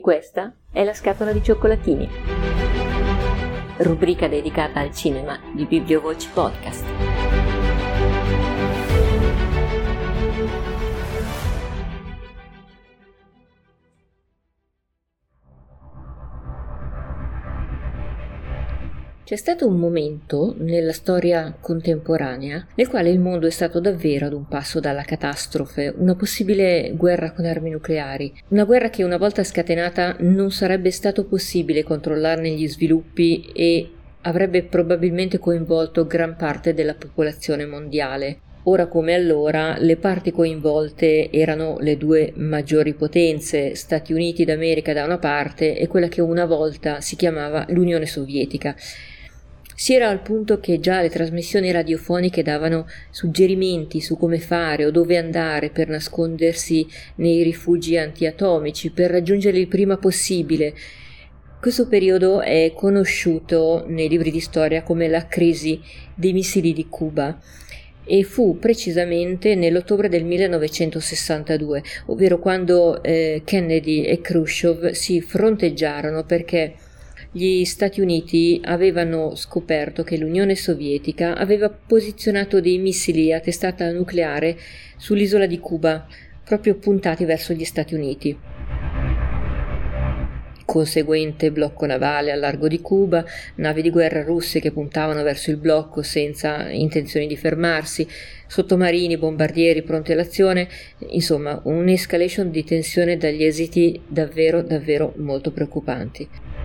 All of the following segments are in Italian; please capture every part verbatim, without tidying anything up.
Questa è la scatola di cioccolatini, rubrica dedicata al cinema di Bibliovoci Podcast. C'è stato un momento nella storia contemporanea nel quale il mondo è stato davvero ad un passo dalla catastrofe, una possibile guerra con armi nucleari, una guerra che una volta scatenata non sarebbe stato possibile controllarne gli sviluppi e avrebbe probabilmente coinvolto gran parte della popolazione mondiale. Ora come allora le parti coinvolte erano le due maggiori potenze, Stati Uniti d'America da una parte e quella che una volta si chiamava l'Unione Sovietica. Si era al punto che già le trasmissioni radiofoniche davano suggerimenti su come fare o dove andare per nascondersi nei rifugi antiatomici, per raggiungerli il prima possibile. Questo periodo è conosciuto nei libri di storia come la crisi dei missili di Cuba e fu precisamente nell'ottobre del millenovecentosessantadue, ovvero quando eh, Kennedy e Khrushchev si fronteggiarono perché gli Stati Uniti avevano scoperto che l'Unione Sovietica aveva posizionato dei missili a testata nucleare sull'isola di Cuba, proprio puntati verso gli Stati Uniti. Conseguente blocco navale al largo di Cuba, navi di guerra russe che puntavano verso il blocco senza intenzioni di fermarsi, sottomarini, bombardieri pronti all'azione, insomma un'escalation di tensione dagli esiti davvero davvero molto preoccupanti.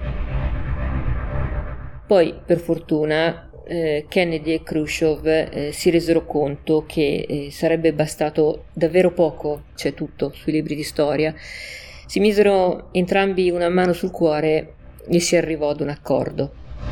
Poi, per fortuna, eh, Kennedy e Khrushchev eh, si resero conto che eh, sarebbe bastato davvero poco, c'è tutto sui libri di storia. Si misero entrambi una mano sul cuore e si arrivò ad un accordo.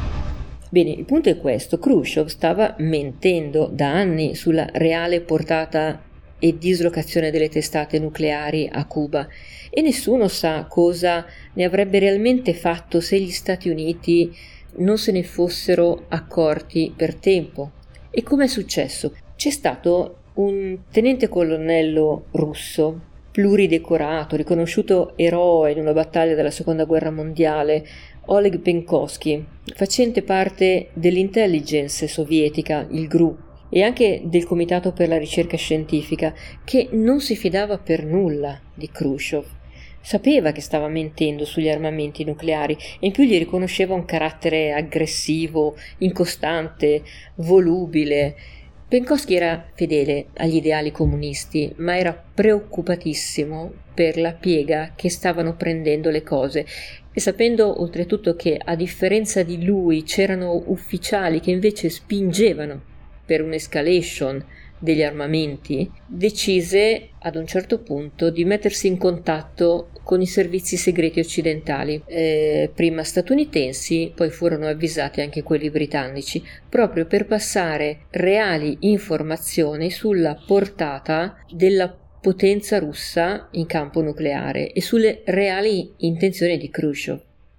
Bene, il punto è questo: Khrushchev stava mentendo da anni sulla reale portata e dislocazione delle testate nucleari a Cuba e nessuno sa cosa ne avrebbe realmente fatto se gli Stati Uniti non se ne fossero accorti per tempo. E come è successo? C'è stato un tenente colonnello russo pluridecorato, riconosciuto eroe in una battaglia della seconda guerra mondiale, Oleg Penkovsky, facente parte dell'intelligence sovietica, il G R U, e anche del Comitato per la ricerca scientifica, che non si fidava per nulla di Khrushchev. Sapeva che stava mentendo sugli armamenti nucleari e in più gli riconosceva un carattere aggressivo, incostante, volubile. Penkovsky era fedele agli ideali comunisti, ma era preoccupatissimo per la piega che stavano prendendo le cose e sapendo oltretutto che a differenza di lui c'erano ufficiali che invece spingevano per un'escalation degli armamenti, decise ad un certo punto di mettersi in contatto con i servizi segreti occidentali, eh, prima statunitensi, poi furono avvisati anche quelli britannici, proprio per passare reali informazioni sulla portata della potenza russa in campo nucleare e sulle reali intenzioni di Khrushchev.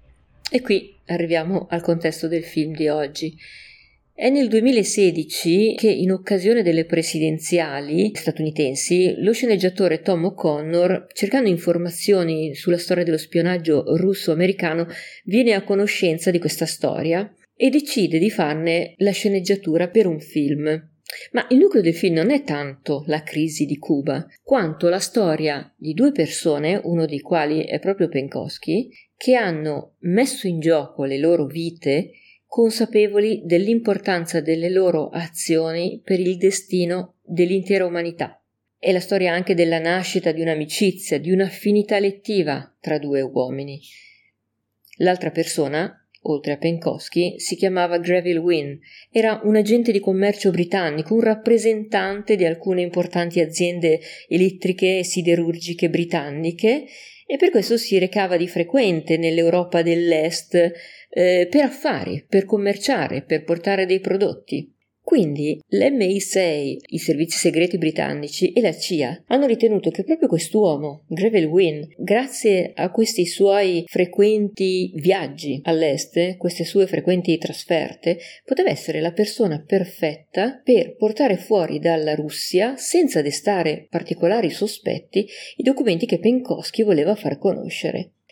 E qui arriviamo al contesto del film di oggi. È nel duemilasedici che, in occasione delle presidenziali statunitensi, lo sceneggiatore Tom O'Connor, cercando informazioni sulla storia dello spionaggio russo-americano, viene a conoscenza di questa storia e decide di farne la sceneggiatura per un film. Ma il nucleo del film non è tanto la crisi di Cuba, quanto la storia di due persone, uno dei quali è proprio Penkovsky, che hanno messo in gioco le loro vite consapevoli dell'importanza delle loro azioni per il destino dell'intera umanità. È la storia anche della nascita di un'amicizia, di un'affinità elettiva tra due uomini. L'altra persona, oltre a Penkovsky, si chiamava Greville Wynn, era un agente di commercio britannico, un rappresentante di alcune importanti aziende elettriche e siderurgiche britanniche e per questo si recava di frequente nell'Europa dell'Est eh, per affari, per commerciare, per portare dei prodotti. Quindi l'M I sei, i servizi segreti britannici e la C I A hanno ritenuto che proprio quest'uomo, Greville Wynn, grazie a questi suoi frequenti viaggi all'est, queste sue frequenti trasferte, poteva essere la persona perfetta per portare fuori dalla Russia, senza destare particolari sospetti, i documenti che Penkovsky voleva far conoscere.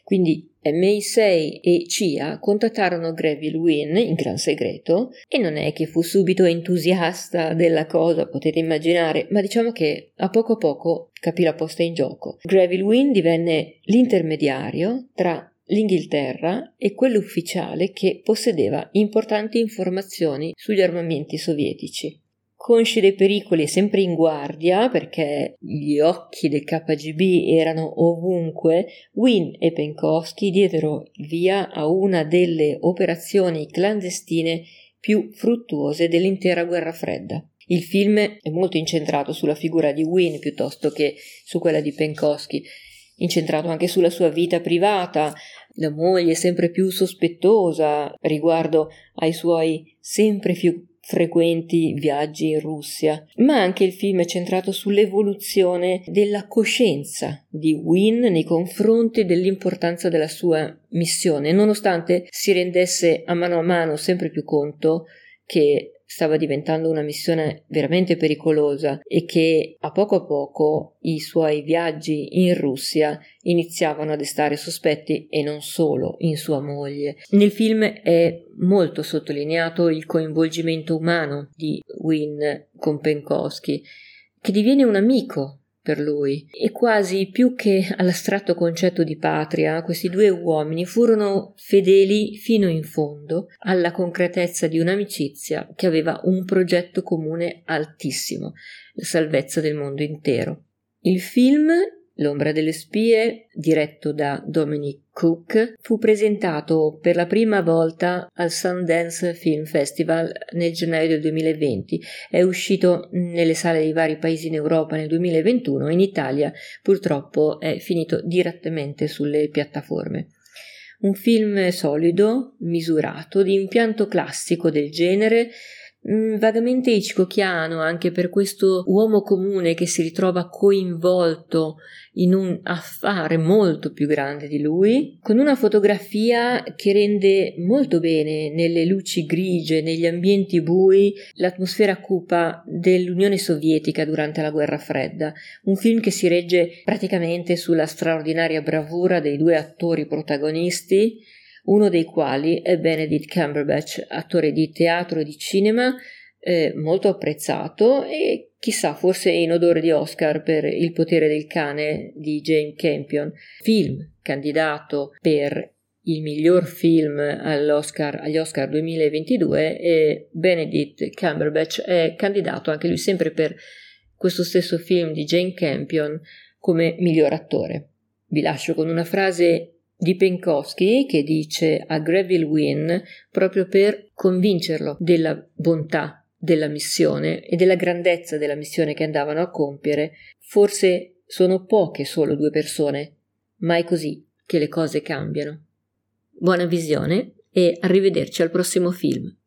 Quindi M I sei e C I A contattarono Greville Wynn in gran segreto e non è che fu subito entusiasta della cosa, potete immaginare, ma diciamo che a poco a poco capì la posta in gioco. Greville Wynn divenne l'intermediario tra l'Inghilterra e quello ufficiale che possedeva importanti informazioni sugli armamenti sovietici. Consci dei pericoli e sempre in guardia, perché gli occhi del K G B erano ovunque, Wynn e Penkovsky diedero via a una delle operazioni clandestine più fruttuose dell'intera guerra fredda. Il film è molto incentrato sulla figura di Wynn piuttosto che su quella di Penkovsky, incentrato anche sulla sua vita privata, la moglie sempre più sospettosa riguardo ai suoi sempre più frequenti viaggi in Russia, ma anche il film è centrato sull'evoluzione della coscienza di Wynn nei confronti dell'importanza della sua missione, nonostante si rendesse a mano a mano sempre più conto che stava diventando una missione veramente pericolosa e che a poco a poco i suoi viaggi in Russia iniziavano a destare sospetti e non solo in sua moglie. Nel film è molto sottolineato il coinvolgimento umano di Wynn con Penkovsky, che diviene un amico per lui, e quasi più che all'astratto concetto di patria, questi due uomini furono fedeli fino in fondo alla concretezza di un'amicizia che aveva un progetto comune altissimo, la salvezza del mondo intero. Il film L'ombra delle spie, diretto da Dominic Cook, fu presentato per la prima volta al Sundance Film Festival nel gennaio del duemilaventi. È uscito nelle sale di vari paesi in Europa nel duemilaventuno e in Italia purtroppo è finito direttamente sulle piattaforme. Un film solido, misurato, di impianto classico del genere, vagamente hitchcockiano anche per questo uomo comune che si ritrova coinvolto in un affare molto più grande di lui, con una fotografia che rende molto bene nelle luci grigie, negli ambienti bui, l'atmosfera cupa dell'Unione Sovietica durante la Guerra Fredda. Un film che si regge praticamente sulla straordinaria bravura dei due attori protagonisti, uno dei quali è Benedict Cumberbatch, attore di teatro e di cinema, eh, molto apprezzato e chissà forse in odore di Oscar per Il potere del cane di Jane Campion, film candidato per il miglior film all'Oscar, agli Oscar duemilaventidue, e Benedict Cumberbatch è candidato anche lui sempre per questo stesso film di Jane Campion come miglior attore. Vi lascio con una frase di Penkovsky che dice a Greville Wynn, proprio per convincerlo della bontà della missione e della grandezza della missione che andavano a compiere: forse sono poche solo due persone, ma è così che le cose cambiano. Buona visione e arrivederci al prossimo film.